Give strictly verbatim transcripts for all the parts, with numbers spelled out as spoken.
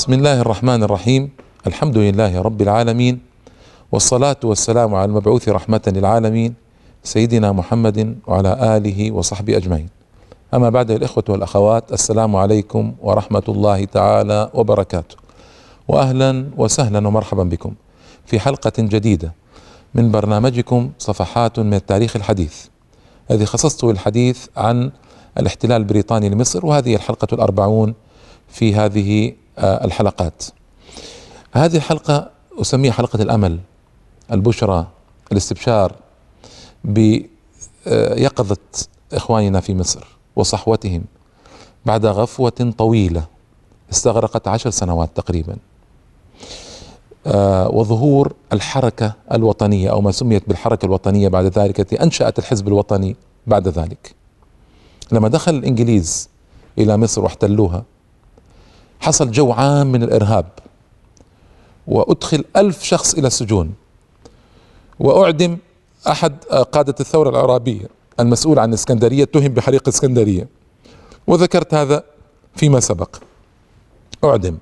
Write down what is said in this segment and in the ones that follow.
بسم الله الرحمن الرحيم. الحمد لله رب العالمين، والصلاة والسلام على المبعوث رحمة للعالمين سيدنا محمد وعلى آله وصحبه أجمعين. أما بعد، الإخوة والأخوات، السلام عليكم ورحمة الله تعالى وبركاته، وأهلا وسهلا ومرحبا بكم في حلقة جديدة من برنامجكم صفحات من التاريخ الحديث، الذي خصصته الحديث عن الاحتلال البريطاني لمصر، وهذه الحلقة الأربعون في هذه الحلقات. هذه الحلقة أسميها حلقة الأمل، البشرى، الاستبشار بيقظة إخواننا في مصر وصحوتهم بعد غفوة طويلة استغرقت عشر سنوات تقريبا، وظهور الحركة الوطنية أو ما سميت بالحركة الوطنية بعد ذلك، التي أنشأت الحزب الوطني بعد ذلك. لما دخل الإنجليز إلى مصر واحتلوها، حصل جو عام من الإرهاب، وأدخل ألف شخص إلى السجون، وأعدم أحد قادة الثورة العرابية المسؤول عن الإسكندرية، اتهم بحريق الإسكندرية، وذكرت هذا فيما سبق. أعدم،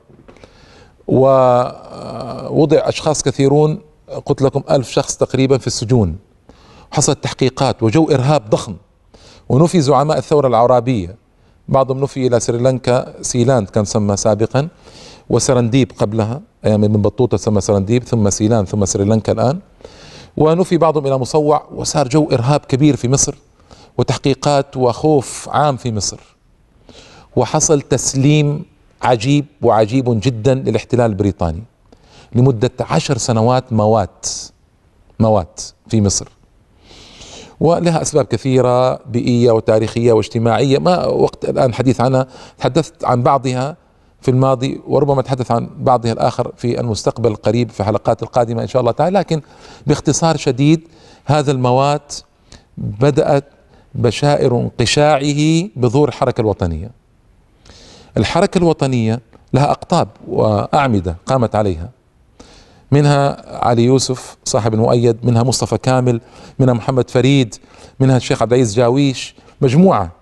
ووضع أشخاص كثيرون، قلت لكم ألف شخص تقريبا في السجون. حصلت تحقيقات وجو إرهاب ضخم، ونفي زعماء الثورة العرابية، بعضهم نفي إلى سريلانكا، سيلاند كان سمى سابقا، وسرنديب قبلها أيام ابن بطوطة سمى سرنديب، ثم سيلاند، ثم سريلانكا الآن. ونفي بعضهم إلى مصوع، وصار جو إرهاب كبير في مصر وتحقيقات وخوف عام في مصر. وحصل تسليم عجيب وعجيب جدا للاحتلال البريطاني لمدة عشر سنوات موات موات في مصر، ولها أسباب كثيرة بيئية وتاريخية واجتماعية، ما وقت الآن حديث عنها. تحدثت عن بعضها في الماضي، وربما أتحدث عن بعضها الآخر في المستقبل القريب في حلقات القادمة إن شاء الله تعالى. لكن باختصار شديد، هذا الموات بدأت بشائر انقشاعه بظهور الحركة الوطنية. الحركة الوطنية لها أقطاب وأعمدة قامت عليها، منها علي يوسف صاحب المؤيد، منها مصطفى كامل، منها محمد فريد، منها الشيخ عبد العزيز جاويش، مجموعة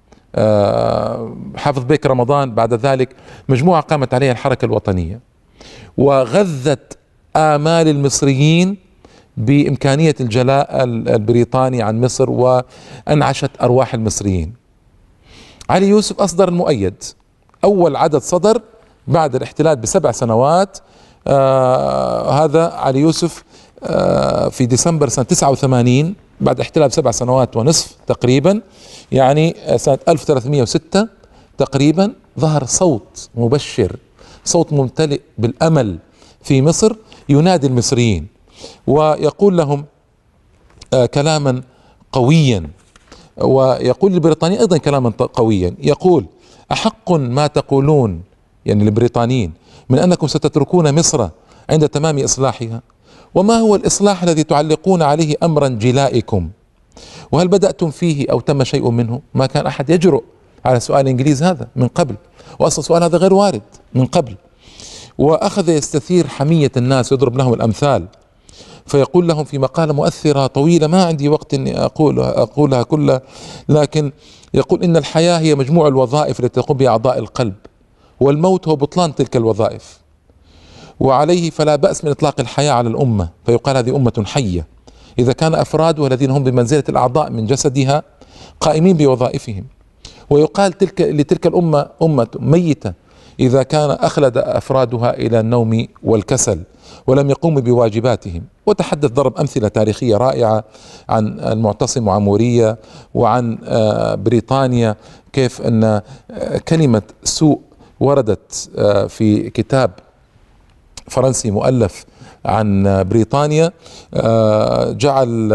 حافظ بيك رمضان. بعد ذلك مجموعة قامت عليها الحركة الوطنية، وغذت آمال المصريين بإمكانية الجلاء البريطاني عن مصر، وأنعشت أرواح المصريين. علي يوسف أصدر المؤيد، أول عدد صدر بعد الاحتلال بسبع سنوات. آه هذا علي يوسف آه في ديسمبر سنة تسعة وثمانين، بعد احتلال سبع سنوات ونصف تقريبا، يعني سنة ألف وثلاثمئة وستة تقريبا، ظهر صوت مبشر، صوت ممتلئ بالأمل في مصر، ينادي المصريين ويقول لهم آه كلاما قويا، ويقول للبريطانيين أيضا كلاما قويا، يقول: أحق ما تقولون، يعني البريطانيين، من أنكم ستتركون مصر عند تمام إصلاحها؟ وما هو الإصلاح الذي تعلقون عليه أمرا جلائكم؟ وهل بدأتم فيه أو تم شيء منه؟ ما كان أحد يجرؤ على سؤال الإنجليز هذا من قبل، وأصلا السؤال هذا غير وارد من قبل. وأخذ يستثير حمية الناس ويضرب لهم الأمثال، فيقول لهم في مقالة مؤثرة طويلة، ما عندي وقت أني أقولها, أقولها كلها، لكن يقول: إن الحياة هي مجموع الوظائف التي تقوم بها أعضاء القلب، والموت هو بطلان تلك الوظائف، وعليه فلا بأس من إطلاق الحياة على الأمة، فيقال هذه أمة حية إذا كان أفرادها الذين هم بمنزلة الأعضاء من جسدها قائمين بوظائفهم، ويقال تلك لتلك الأمة أمة ميتة إذا كان أخلد أفرادها إلى النوم والكسل ولم يقوموا بواجباتهم. وتحدث، ضرب أمثلة تاريخية رائعة عن المعتصم وعمورية، وعن بريطانيا، كيف أن كلمة سوء وردت في كتاب فرنسي مؤلف عن بريطانيا، جعل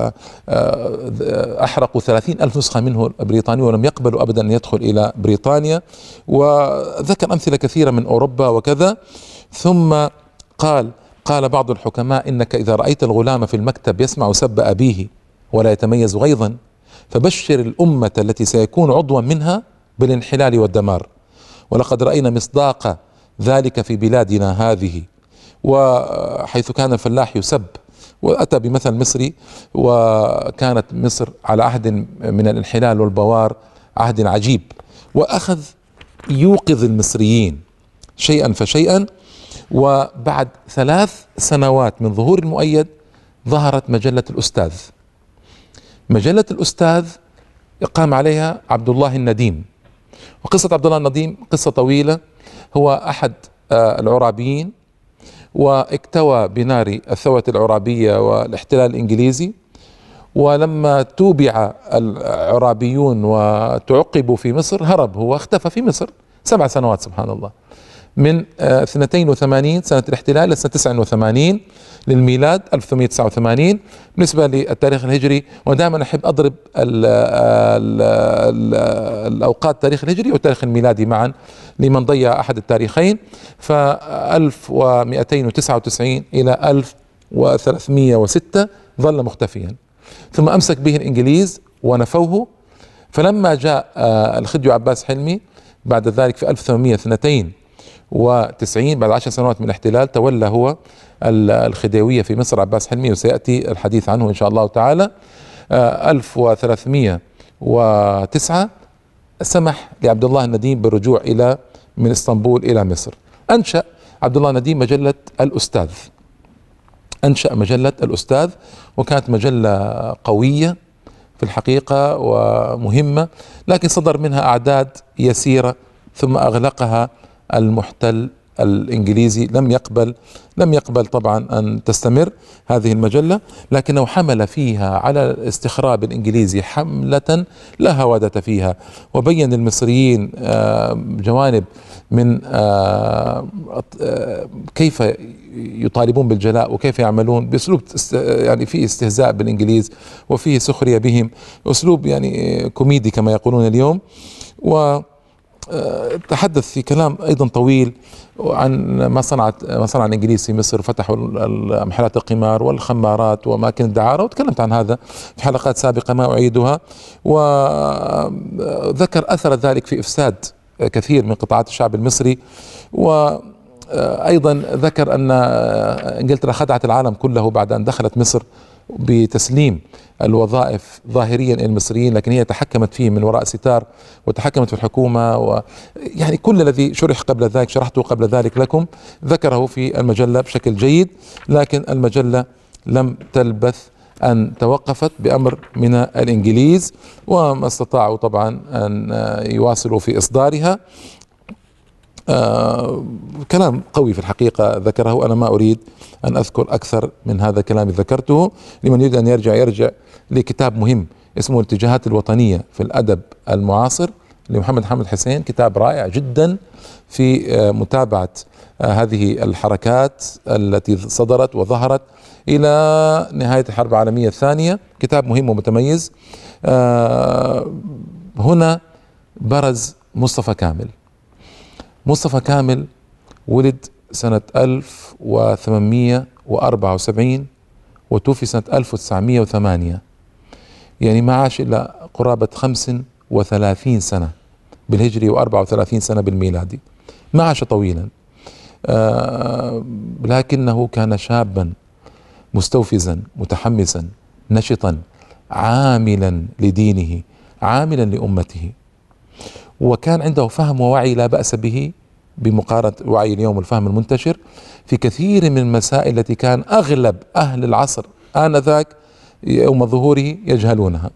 أحرقوا ثلاثين ألف نسخة منه بريطاني، ولم يقبلوا أبدا أن يدخل إلى بريطانيا. وذكر أمثلة كثيرة من أوروبا وكذا. ثم قال قال بعض الحكماء: إنك إذا رأيت الغلام في المكتب يسمع سب أبيه ولا يتميز غيظا، فبشر الأمة التي سيكون عضوا منها بالانحلال والدمار. ولقد رأينا مصداق ذلك في بلادنا هذه، وحيث كان الفلاح يسب، وأتى بمثل مصري، وكانت مصر على عهد من الانحلال والبوار، عهد عجيب، وأخذ يوقظ المصريين شيئا فشيئا. وبعد ثلاث سنوات من ظهور المؤيد ظهرت مجلة الأستاذ. مجلة الأستاذ قام عليها عبد الله النديم. وقصة عبد الله النديم قصة طويلة. هو أحد العرابيين، واكتوى بنار الثورة العرابية والاحتلال الإنجليزي، ولما توبع العرابيون وتعقبوا في مصر هرب هو، اختفى في مصر سبع سنوات سبحان الله، من اثنتين وثمانين سنة الاحتلال لسنة تسعة وثمانين للميلاد ألف وثمانمئة وتسعة وثمانين بالنسبة للتاريخ الهجري. ودائما أحب أضرب ال ال ال الأوقات التاريخ الهجري والتاريخ الميلادي معا لمن ضيع أحد التاريخين. ف ألف ومئتين وتسعة وتسعين إلى ألف وثلاثمئة وستة ظل مختفيا، ثم أمسك به الإنجليز ونفوه. فلما جاء الخديوي عباس حلمي بعد ذلك في ألف وثمانمئة واثنين وتسعين بعد عشر سنوات من الاحتلال، تولى هو الخديوية في مصر عباس حلمي، وسيأتي الحديث عنه إن شاء الله تعالى. ألف وثلاثمئة وتسعة سمح لعبد الله النديم بالرجوع إلى من اسطنبول إلى مصر. أنشأ عبد الله النديم مجلة الأستاذ، أنشأ مجلة الأستاذ، وكانت مجلة قوية في الحقيقة ومهمة، لكن صدر منها أعداد يسيرة ثم أغلقها المحتل الإنجليزي. لم يقبل لم يقبل طبعا أن تستمر هذه المجلة، لكنه حمل فيها على الاستخراب الإنجليزي حملة لا هوادة فيها، وبين المصريين جوانب من كيف يطالبون بالجلاء وكيف يعملون بأسلوب يعني فيه استهزاء بالإنجليز وفيه سخرية بهم، أسلوب يعني كوميدي كما يقولون اليوم. و تحدث في كلام ايضا طويل عن ما صنعت ما صنع الانجليز في مصر، فتحوا محلات القمار والخمارات واماكن الدعاره، وتكلمت عن هذا في حلقات سابقه ما اعيدها. وذكر اثر ذلك في افساد كثير من قطاعات الشعب المصري، وايضا ذكر ان انجلترا خدعت العالم كله بعد ان دخلت مصر بتسليم الوظائف ظاهريا الى المصريين، لكن هي تحكمت فيه من وراء ستار وتحكمت في الحكومه، ويعني كل الذي شرح قبل ذلك شرحته قبل ذلك لكم، ذكره في المجله بشكل جيد. لكن المجله لم تلبث ان توقفت بامر من الانجليز، وما استطاعوا طبعا ان يواصلوا في اصدارها. آه كلام قوي في الحقيقة ذكره، أنا ما أريد أن أذكر أكثر من هذا الكلام ذكرته. لمن يريد أن يرجع يرجع لكتاب مهم اسمه الاتجاهات الوطنية في الأدب المعاصر لمحمد حامد حسين، كتاب رائع جدا في آه متابعة آه هذه الحركات التي صدرت وظهرت إلى نهاية الحرب العالمية الثانية، كتاب مهم ومتميز. آه هنا برز مصطفى كامل. مصطفى كامل ولد سنة ألف وثمانمئة وأربعة وسبعين وتوفي سنة ألف وتسعمئة وثمانية، يعني ما عاش إلا قرابة خمس وثلاثين سنة بالهجري وأربعة وثلاثين سنة بالميلادي، ما عاش طويلا. آه لكنه كان شابا مستوفزا متحمسا نشطا عاملا لدينه عاملا لأمته، وكان عنده فهم ووعي لا بأس به بمقارنة وعي اليوم والفهم المنتشر في كثير من المسائل التي كان أغلب أهل العصر آنذاك يوم ظهوره يجهلونها.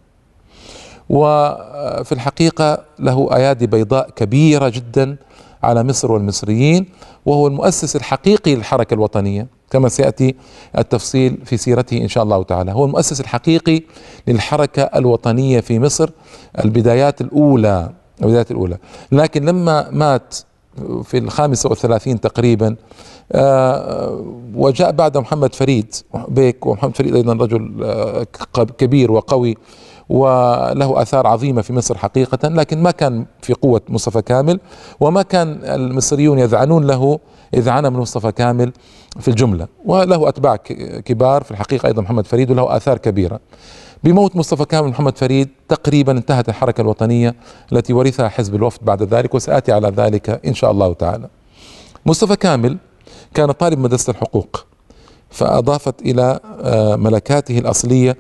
وفي الحقيقة له أيادي بيضاء كبيرة جدا على مصر والمصريين، وهو المؤسس الحقيقي للحركة الوطنية كما سيأتي التفصيل في سيرته إن شاء الله تعالى. هو المؤسس الحقيقي للحركة الوطنية في مصر البدايات الأولى البدايات الأولى لكن لما مات في الخامسة والثلاثين تقريبا آه وجاء بعد محمد فريد بيك، ومحمد فريد أيضا رجل آه كبير وقوي وله آثار عظيمة في مصر حقيقة، لكن ما كان في قوة مصطفى كامل، وما كان المصريون يذعنون له إذعانا من مصطفى كامل في الجملة، وله أتباع كبار في الحقيقة أيضا محمد فريد، وله آثار كبيرة. بموت مصطفى كامل محمد فريد تقريبا انتهت الحركة الوطنية التي ورثها حزب الوفد بعد ذلك، وسآتي على ذلك إن شاء الله تعالى. مصطفى كامل كان طالب مدرسة الحقوق، فأضافت إلى ملكاته الأصلية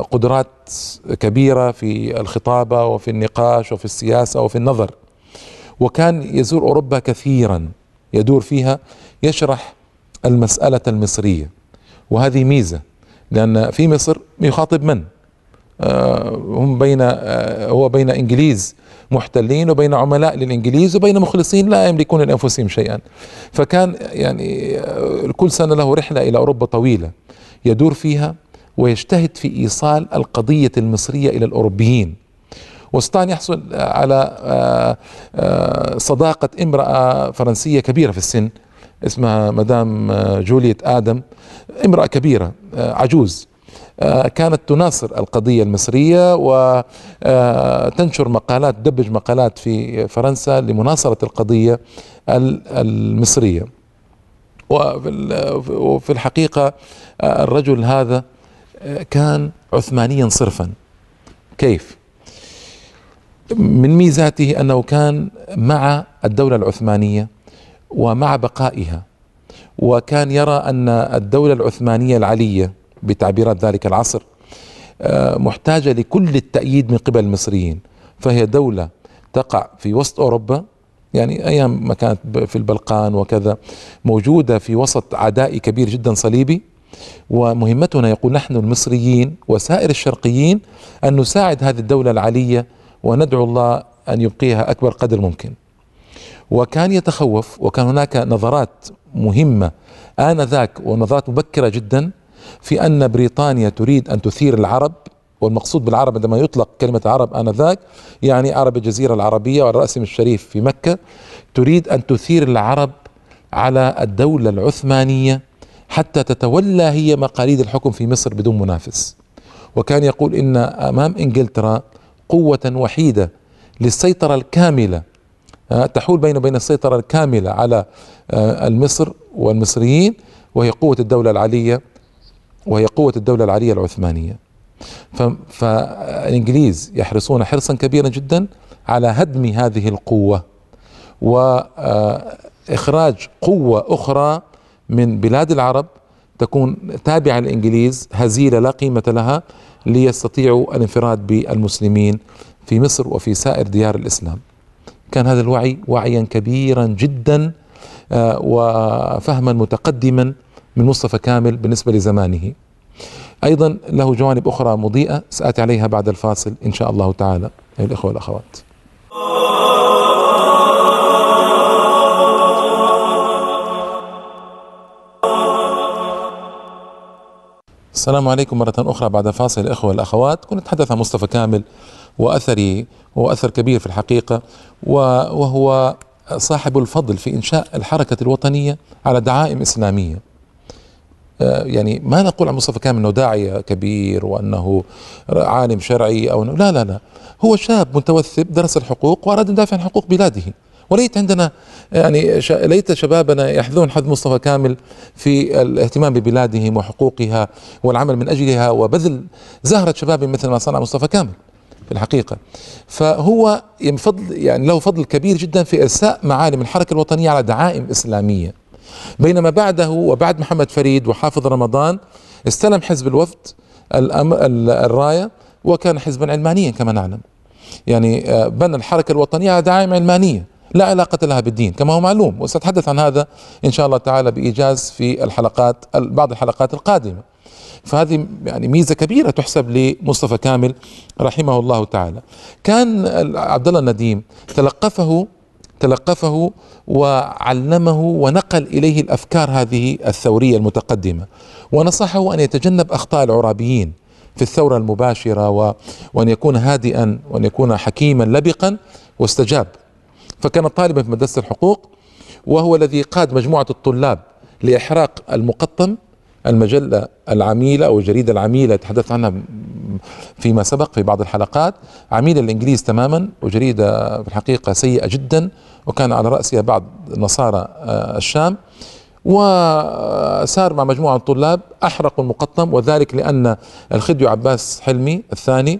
قدرات كبيرة في الخطابة وفي النقاش وفي السياسة وفي النظر، وكان يزور أوروبا كثيرا، يدور فيها، يشرح المسألة المصرية. وهذه ميزة، لأن في مصر يخاطب من؟ آه هم بين آه هو بين إنجليز محتلين وبين عملاء للإنجليز وبين مخلصين لا يملكون لأنفسهم شيئا. فكان يعني آه كل سنة له رحلة إلى أوروبا طويلة يدور فيها ويجتهد في إيصال القضية المصرية إلى الأوروبيين. واستطاع أن يحصل على آه آه صداقة امرأة فرنسية كبيرة في السن اسمها مدام جولييت آدم، امرأة كبيرة عجوز، كانت تناصر القضية المصرية وتنشر مقالات، تدبج مقالات في فرنسا لمناصرة القضية المصرية. وفي الحقيقة الرجل هذا كان عثمانيا صرفا. كيف؟ من ميزاته أنه كان مع الدولة العثمانية ومع بقائها، وكان يرى أن الدولة العثمانية العلية بتعبيرات ذلك العصر محتاجة لكل التأييد من قبل المصريين، فهي دولة تقع في وسط أوروبا، يعني أيام ما كانت في البلقان وكذا، موجودة في وسط عدائي كبير جدا صليبي، ومهمتنا يقول نحن المصريين وسائر الشرقيين أن نساعد هذه الدولة العلية وندعو الله أن يبقيها أكبر قدر ممكن. وكان يتخوف، وكان هناك نظرات مهمة آنذاك ونظرات مبكرة جدا في أن بريطانيا تريد أن تثير العرب، والمقصود بالعرب عندما يطلق كلمة عرب آنذاك يعني عرب الجزيرة العربية والرأسم الشريف في مكة، تريد أن تثير العرب على الدولة العثمانية حتى تتولى هي مقاليد الحكم في مصر بدون منافس. وكان يقول إن أمام إنجلترا قوة وحيدة للسيطرة الكاملة تحول بين وبين السيطرة الكاملة على المصر والمصريين، وهي قوة الدولة العلية، وهي قوة الدولة العلية العثمانية. فالإنجليز يحرصون حرصا كبيرا جدا على هدم هذه القوة وإخراج قوة أخرى من بلاد العرب تكون تابعة للإنجليز، هزيلة لا قيمة لها، ليستطيعوا الانفراد بالمسلمين في مصر وفي سائر ديار الإسلام. كان هذا الوعي وعيا كبيرا جدا وفهما متقدما من مصطفى كامل بالنسبة لزمانه. أيضا له جوانب أخرى مضيئة سآتي عليها بعد الفاصل إن شاء الله تعالى أيها الإخوة والأخوات. السلام عليكم مرة أخرى بعد فاصل الإخوة والأخوات. كنت أتحدث عن مصطفى كامل وأثري، وهو أثر كبير في الحقيقة، وهو صاحب الفضل في إنشاء الحركة الوطنية على دعائم إسلامية. يعني ما نقول عن مصطفى كامل أنه داعية كبير وأنه عالم شرعي أو لا لا لا، هو شاب متوثب درس الحقوق وأراد أن يدافع عن حقوق بلاده. وليت عندنا يعني ليت شبابنا يحذون حذو مصطفى كامل في الاهتمام ببلادهم وحقوقها والعمل من أجلها وبذل زهرة شباب مثل ما صنع مصطفى كامل في الحقيقة. فهو فضل يعني له فضل كبير جدا في إرساء معالم الحركة الوطنية على دعائم إسلامية، بينما بعده وبعد محمد فريد وحافظ رمضان استلم حزب الوفد الراية، وكان حزبا علمانيا كما نعلم، يعني بنى الحركة الوطنية على دعائم علمانية لا علاقة لها بالدين كما هو معلوم، وسأتحدث عن هذا إن شاء الله تعالى بإيجاز في الحلقات بعض الحلقات القادمة. فهذه يعني ميزة كبيرة تحسب لمصطفى كامل رحمه الله تعالى. كان عبد الله النديم تلقفه تلقفه وعلمه ونقل إليه الأفكار هذه الثورية المتقدمة، ونصحه أن يتجنب أخطاء العرابيين في الثورة المباشرة، وأن يكون هادئا وأن يكون حكيما لبقا، واستجاب. فكان طالبا في مدرسة الحقوق، وهو الذي قاد مجموعة الطلاب لإحراق المقطم، المجلة العميلة أو الجريدة العميلة تحدثت عنها فيما سبق في بعض الحلقات، عميلة الإنجليز تماما، وجريدة في الحقيقة سيئة جدا، وكان على رأسها بعض نصارى الشام. وسار مع مجموعة من الطلاب أحرقوا المقطم، وذلك لأن الخديوي عباس حلمي الثاني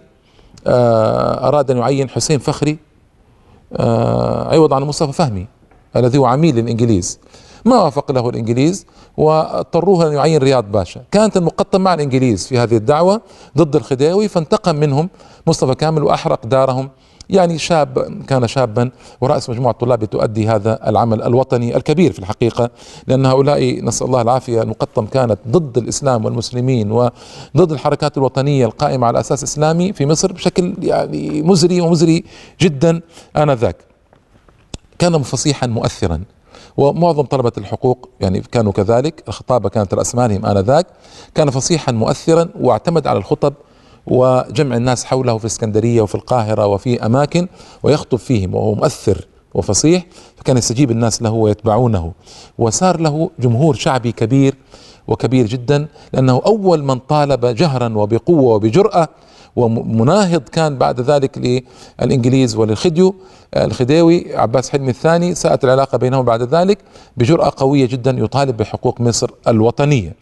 أراد أن يعين حسين فخري عوض عن مصطفى فهمي الذي هو عميل للإنجليز. ما وافق له الإنجليز واضطروه أن يعين رياض باشا. كانت المقطم مع الإنجليز في هذه الدعوة ضد الخديوي، فانتقم منهم مصطفى كامل وأحرق دارهم. يعني شاب كان شابا ورأس مجموعة طلاب تؤدي هذا العمل الوطني الكبير في الحقيقة، لأن هؤلاء نسأل الله العافية المقطم كانت ضد الإسلام والمسلمين وضد الحركات الوطنية القائمة على أساس إسلامي في مصر بشكل يعني مزري ومزري جدا آنذاك. كان فصيحا مؤثرا، ومعظم طلبة الحقوق يعني كانوا كذلك، الخطابة كانت رأس مالهم آنذاك. كان فصيحا مؤثرا واعتمد على الخطب وجمع الناس حوله في الإسكندرية وفي القاهرة وفي أماكن ويخطب فيهم، وهو مؤثر وفصيح، فكان يستجيب الناس له ويتبعونه، وصار له جمهور شعبي كبير وكبير جدا، لأنه أول من طالب جهرا وبقوة وبجرأة، ومناهض كان بعد ذلك للإنجليز وللخديو الخديوي عباس حلمي الثاني. ساءت العلاقة بينهم بعد ذلك بجرأة قوية جدا يطالب بحقوق مصر الوطنية.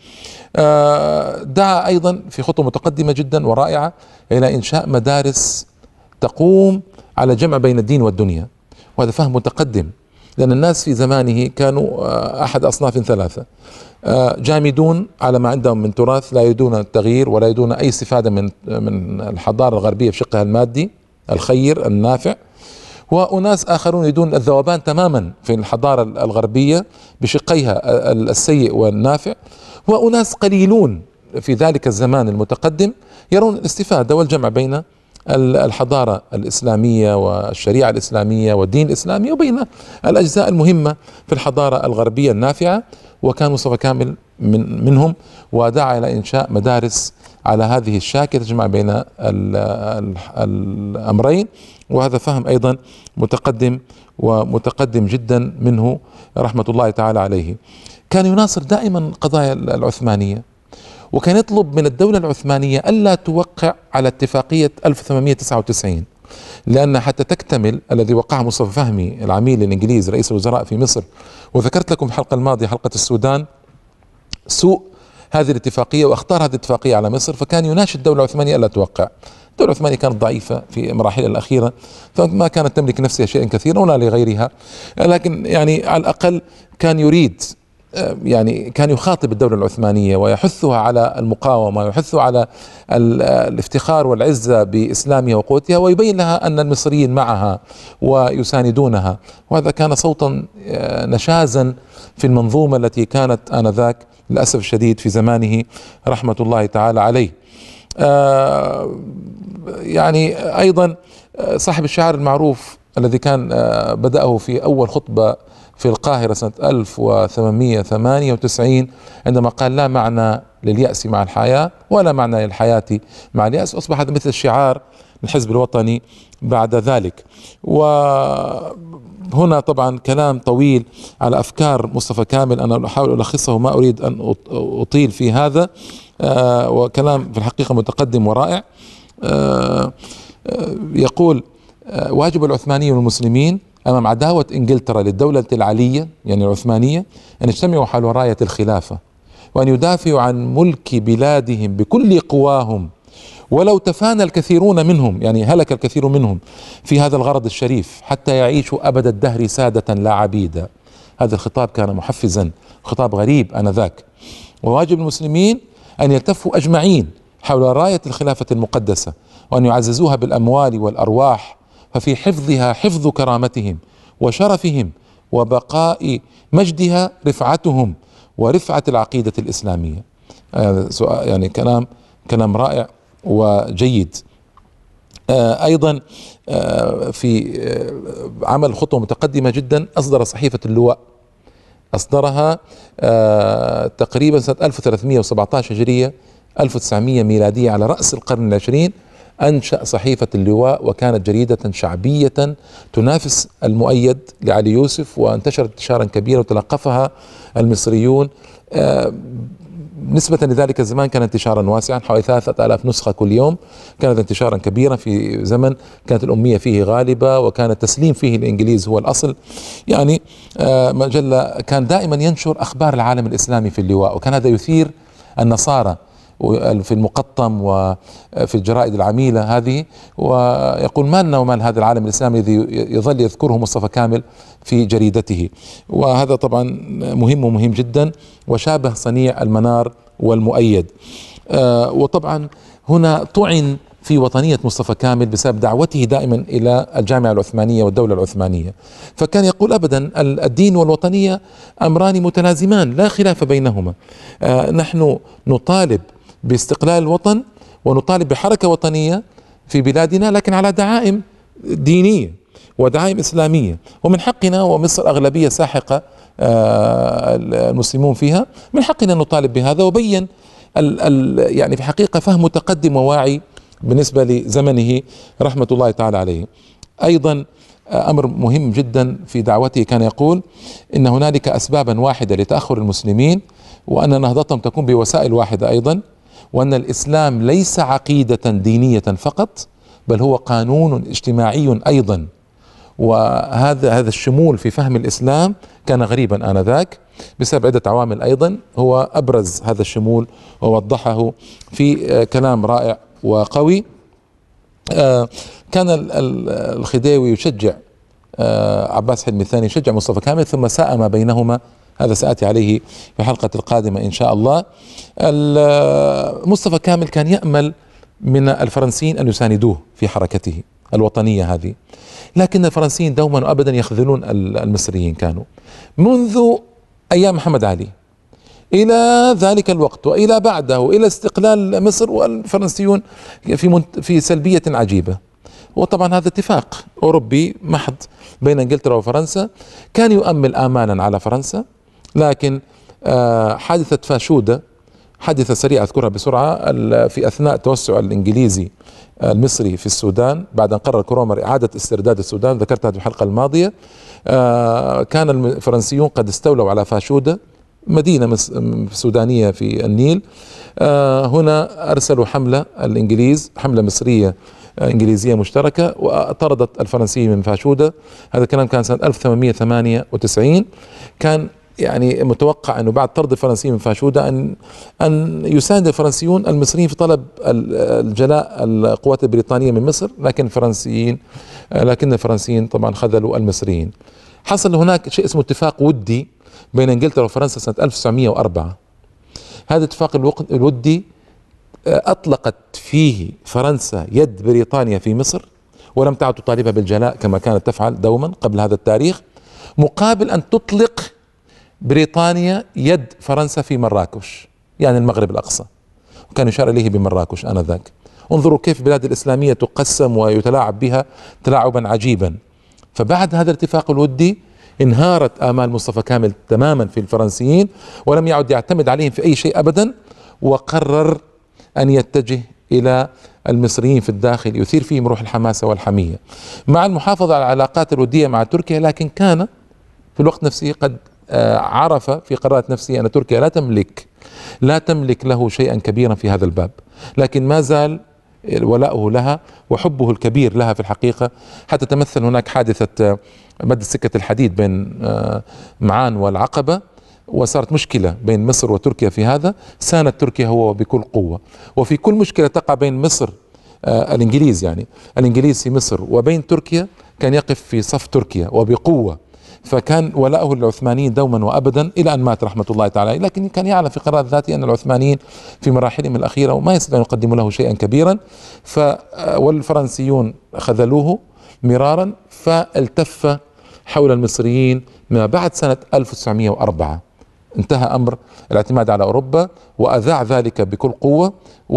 دعا أيضا في خطوة متقدمة جدا ورائعة إلى إنشاء مدارس تقوم على جمع بين الدين والدنيا، وهذا فهم متقدم، لأن الناس في زمانه كانوا أحد أصناف ثلاثة: جامدون على ما عندهم من تراث، لا يريدون التغيير ولا يريدون أي استفادة من من الحضارة الغربية في شقها المادي الخير النافع، وأناس آخرون يريدون الذوبان تماما في الحضارة الغربية بشقيها السيء والنافع، وأناس قليلون في ذلك الزمان المتقدم يرون الاستفادة والجمع بين الحضارة الإسلامية والشريعة الإسلامية والدين الإسلامي وبين الأجزاء المهمة في الحضارة الغربية النافعة. وكان مصطفى كامل من منهم، ودعا إلى إنشاء مدارس على هذه الشاكلة تجمع بين ال ال الأمرين، وهذا فهم أيضا متقدم ومتقدم جدا منه رحمة الله تعالى عليه. كان يناصر دائما قضايا العثمانية، وكان يطلب من الدولة العثمانية ألا توقع على اتفاقية ألف وثمانمائة وتسعة وتسعين، لأن حتى تكتمل الذي وقعه مصطفى فهمي العميل الإنجليزي رئيس الوزراء في مصر. وذكرت لكم في الحلقة الماضية حلقة السودان سوء هذه الاتفاقية واختار هذه الاتفاقية على مصر، فكان يناشد الدولة العثمانية ألا توقع. الدولة العثمانية كانت ضعيفة في مراحلها الأخيرة، فما كانت تملك نفسها شيئا كثيرا ولا لغيرها، لكن يعني على الأقل كان يريد، يعني كان يخاطب الدولة العثمانية ويحثها على المقاومة ويحثها على الافتخار والعزة بإسلامها وقوتها، ويبين لها أن المصريين معها ويساندونها. وهذا كان صوتا نشازا في المنظومة التي كانت آنذاك للأسف الشديد في زمانه رحمة الله تعالى عليه. يعني أيضا صاحب الشعار المعروف الذي كان بدأه في أول خطبة في القاهرة سنة ألف وثمانمائة وثمانية وتسعين عندما قال: لا معنى لليأس مع الحياة ولا معنى للحياة مع اليأس. أصبح هذا مثل الشعار للحزب الوطني بعد ذلك. وهنا طبعا كلام طويل على أفكار مصطفى كامل، أنا أحاول ألخصه، ما أريد أن أطيل في هذا، وكلام في الحقيقة متقدم ورائع. يقول: واجب العثمانيين والمسلمين أمام عداوة إنجلترا للدولة العلية يعني العثمانية أن يجتمعوا حول راية الخلافة، وأن يدافعوا عن ملك بلادهم بكل قواهم، ولو تفانى الكثيرون منهم، يعني هلك الكثير منهم في هذا الغرض الشريف، حتى يعيشوا أبد الدهر سادة لا عبيدا. هذا الخطاب كان محفزا، خطاب غريب آنذاك. وواجب المسلمين أن يلتفوا أجمعين حول راية الخلافة المقدسة، وأن يعززوها بالأموال والأرواح، ففي حفظها حفظ كرامتهم وشرفهم، وبقاء مجدها رفعتهم ورفعة العقيدة الإسلامية. يعني كلام كلام رائع وجيد. أيضا في عمل خطوة متقدمة جدا، أصدر صحيفة اللواء، أصدرها تقريبا سنة ألف وثلاثمائة وسبعة عشر هجرية ألف وتسعمائة ميلادية، على رأس القرن العشرين أنشأ صحيفة اللواء، وكانت جريدة شعبية تنافس المؤيد لعلي يوسف، وانتشرت انتشارا كبيرا وتلقفها المصريون. نسبة لذلك الزمان كان انتشارا واسعا، حوالي ثلاثة آلاف نسخة كل يوم، كانت انتشارا كبيرا في زمن كانت الأمية فيه غالبة، وكان التسليم فيه الإنجليز هو الأصل. يعني مجلة كان دائما ينشر أخبار العالم الإسلامي في اللواء، وكان هذا يثير النصارى في المقطم وفي الجرائد العميلة هذه، ويقول ما لنا ومال هذا العالم الإسلامي الذي يظل يذكره مصطفى كامل في جريدته. وهذا طبعا مهم ومهم جدا، وشابه صنيع المنار والمؤيد. وطبعا هنا طعن في وطنية مصطفى كامل بسبب دعوته دائما إلى الجامعة العثمانية والدولة العثمانية، فكان يقول أبدا الدين والوطنية أمران متلازمان لا خلاف بينهما. آه نحن نطالب باستقلال الوطن ونطالب بحركة وطنية في بلادنا، لكن على دعائم دينية ودعائم إسلامية، ومن حقنا، ومصر أغلبية ساحقة آه المسلمون فيها، من حقنا أن نطالب بهذا. وبين ال ال يعني في حقيقة فهم متقدم وواعي بالنسبة لزمنه رحمة الله تعالى عليه. أيضا أمر مهم جدا في دعوته، كان يقول إن هنالك أسبابا واحدة لتأخر المسلمين، وأن نهضتهم تكون بوسائل واحدة أيضا، وأن الإسلام ليس عقيدة دينية فقط، بل هو قانون اجتماعي أيضا. وهذا هذا الشمول في فهم الإسلام كان غريبا آنذاك بسبب عدة عوامل. أيضا هو أبرز هذا الشمول ووضحه في كلام رائع وقوي. آه كان الخديوي يشجع آه عباس حلمي الثاني، يشجع مصطفى كامل، ثم ساء ما بينهما، هذا سآتي عليه في الحلقة القادمة إن شاء الله. مصطفى كامل كان يأمل من الفرنسيين أن يساندوه في حركته الوطنية هذه، لكن الفرنسيين دوما وأبدا يخذلون المصريين، كانوا منذ أيام محمد علي إلى ذلك الوقت وإلى بعده إلى استقلال مصر، والفرنسيون في في سلبية عجيبة. وطبعا هذا اتفاق أوروبي محض بين إنجلترا وفرنسا، كان يؤمل آمالا على فرنسا، لكن حادثة فاشودة، حادثة سريعة أذكرها بسرعة، في أثناء توسع الإنجليزي المصري في السودان، بعد أن قرر كرومر إعادة استرداد السودان، ذكرت هذه في الحلقة الماضية. كان الفرنسيون قد استولوا على فاشودة، مدينة سودانية في النيل. هنا أرسلوا حملة الإنجليز، حملة مصرية إنجليزية مشتركة، وطردت الفرنسيين من فاشودة. هذا الكلام كان سنة ألف وثمانمائة وثمانية وتسعين. كان يعني متوقع أنه بعد طرد الفرنسيين من فاشودة أن أن يساند الفرنسيون المصريين في طلب الجلاء القوات البريطانية من مصر، لكن الفرنسيين لكن الفرنسيين طبعا خذلوا المصريين. حصل هناك شيء اسمه اتفاق ودي بين انجلترا وفرنسا سنة ألف وتسعمائة وأربعة. هذا الاتفاق الودي أطلقت فيه فرنسا يد بريطانيا في مصر، ولم تعد تطالبها بالجلاء كما كانت تفعل دوما قبل هذا التاريخ، مقابل أن تطلق بريطانيا يد فرنسا في مراكش، يعني المغرب الأقصى، وكان يشار إليه بمراكش آنذاك. انظروا كيف البلاد الإسلامية تقسم ويتلاعب بها تلاعبا عجيبا. فبعد هذا الاتفاق الودي انهارت آمال مصطفى كامل تماما في الفرنسيين، ولم يعد يعتمد عليهم في أي شيء أبدا، وقرر أن يتجه إلى المصريين في الداخل، يثير فيهم روح الحماسة والحمية مع المحافظة على العلاقات الودية مع تركيا. لكن كان في الوقت نفسه قد عرف في قرارات نفسه أن تركيا لا تملك لا تملك له شيئا كبيرا في هذا الباب، لكن ما زال ولاؤه لها وحبه الكبير لها في الحقيقة، حتى تمثل هناك حادثة مد سكة الحديد بين معان والعقبة، وصارت مشكلة بين مصر وتركيا في هذا، ساند تركيا هو بكل قوة. وفي كل مشكلة تقع بين مصر الإنجليز يعني الإنجليز في مصر وبين تركيا، كان يقف في صف تركيا وبقوة. فكان ولاؤه للعثمانيين دوما وابدا الى ان مات رحمه الله تعالى. لكن كان يعلم في قرارات ذاته ان العثمانيين في مراحلهم الاخيره وما يستطيعون ان يقدموا له شيئا كبيرا، ف والفرنسيون خذلوه مرارا، فالتف حول المصريين ما بعد سنه ألف وتسعمائة وأربعة. انتهى امر الاعتماد على اوروبا، واذاع ذلك بكل قوه،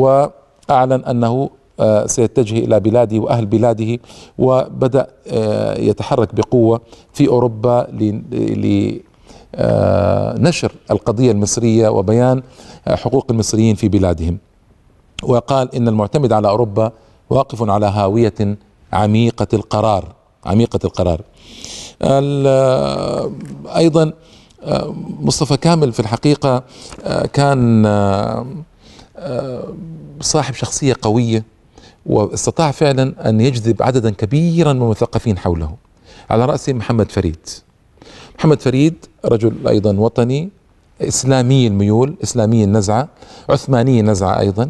واعلن انه سيتجه إلى بلاده وأهل بلاده، وبدأ يتحرك بقوة في أوروبا لنشر القضية المصرية وبيان حقوق المصريين في بلادهم. وقال إن المعتمد على أوروبا واقف على هاوية عميقة القرار عميقة القرار. أيضا مصطفى كامل في الحقيقة كان صاحب شخصية قوية، واستطاع فعلا أن يجذب عددا كبيرا من المثقفين حوله، على رأسهم محمد فريد. محمد فريد رجل أيضا وطني إسلامي الميول، إسلامي النزعة، عثماني النزعة أيضا،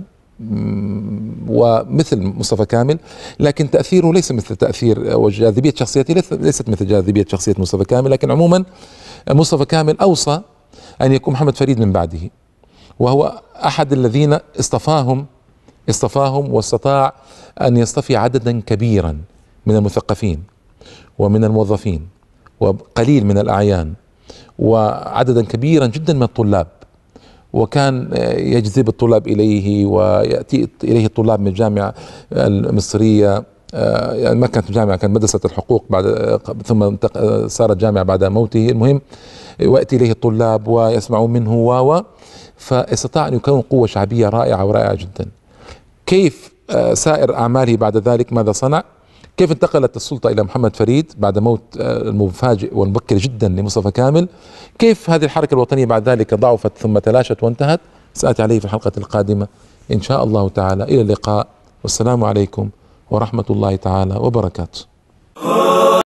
ومثل مصطفى كامل، لكن تأثيره ليس مثل تأثير وجاذبية شخصيته ليست مثل جاذبية شخصية مصطفى كامل. لكن عموما مصطفى كامل أوصى أن يكون محمد فريد من بعده، وهو أحد الذين اصطفاهم اصطفاهم واستطاع أن يصطفي عددا كبيرا من المثقفين ومن الموظفين وقليل من الأعيان وعددا كبيرا جدا من الطلاب، وكان يجذب الطلاب إليه ويأتي إليه الطلاب من الجامعة المصرية، يعني ما كانت جامعة، كانت مدرسة الحقوق بعد ثم صارت جامعة بعد موته. المهم ويأتي إليه الطلاب ويسمعون منه و فاستطاع أن يكون قوة شعبية رائعة ورائعة جدا. كيف سائر أعماله بعد ذلك ماذا صنع؟ كيف انتقلت السلطة إلى محمد فريد بعد موت المفاجئ والمبكر جدا لمصطفى كامل؟ كيف هذه الحركة الوطنية بعد ذلك ضعفت ثم تلاشت وانتهت؟ سأتي عليه في الحلقة القادمة إن شاء الله تعالى. إلى اللقاء، والسلام عليكم ورحمة الله تعالى وبركاته.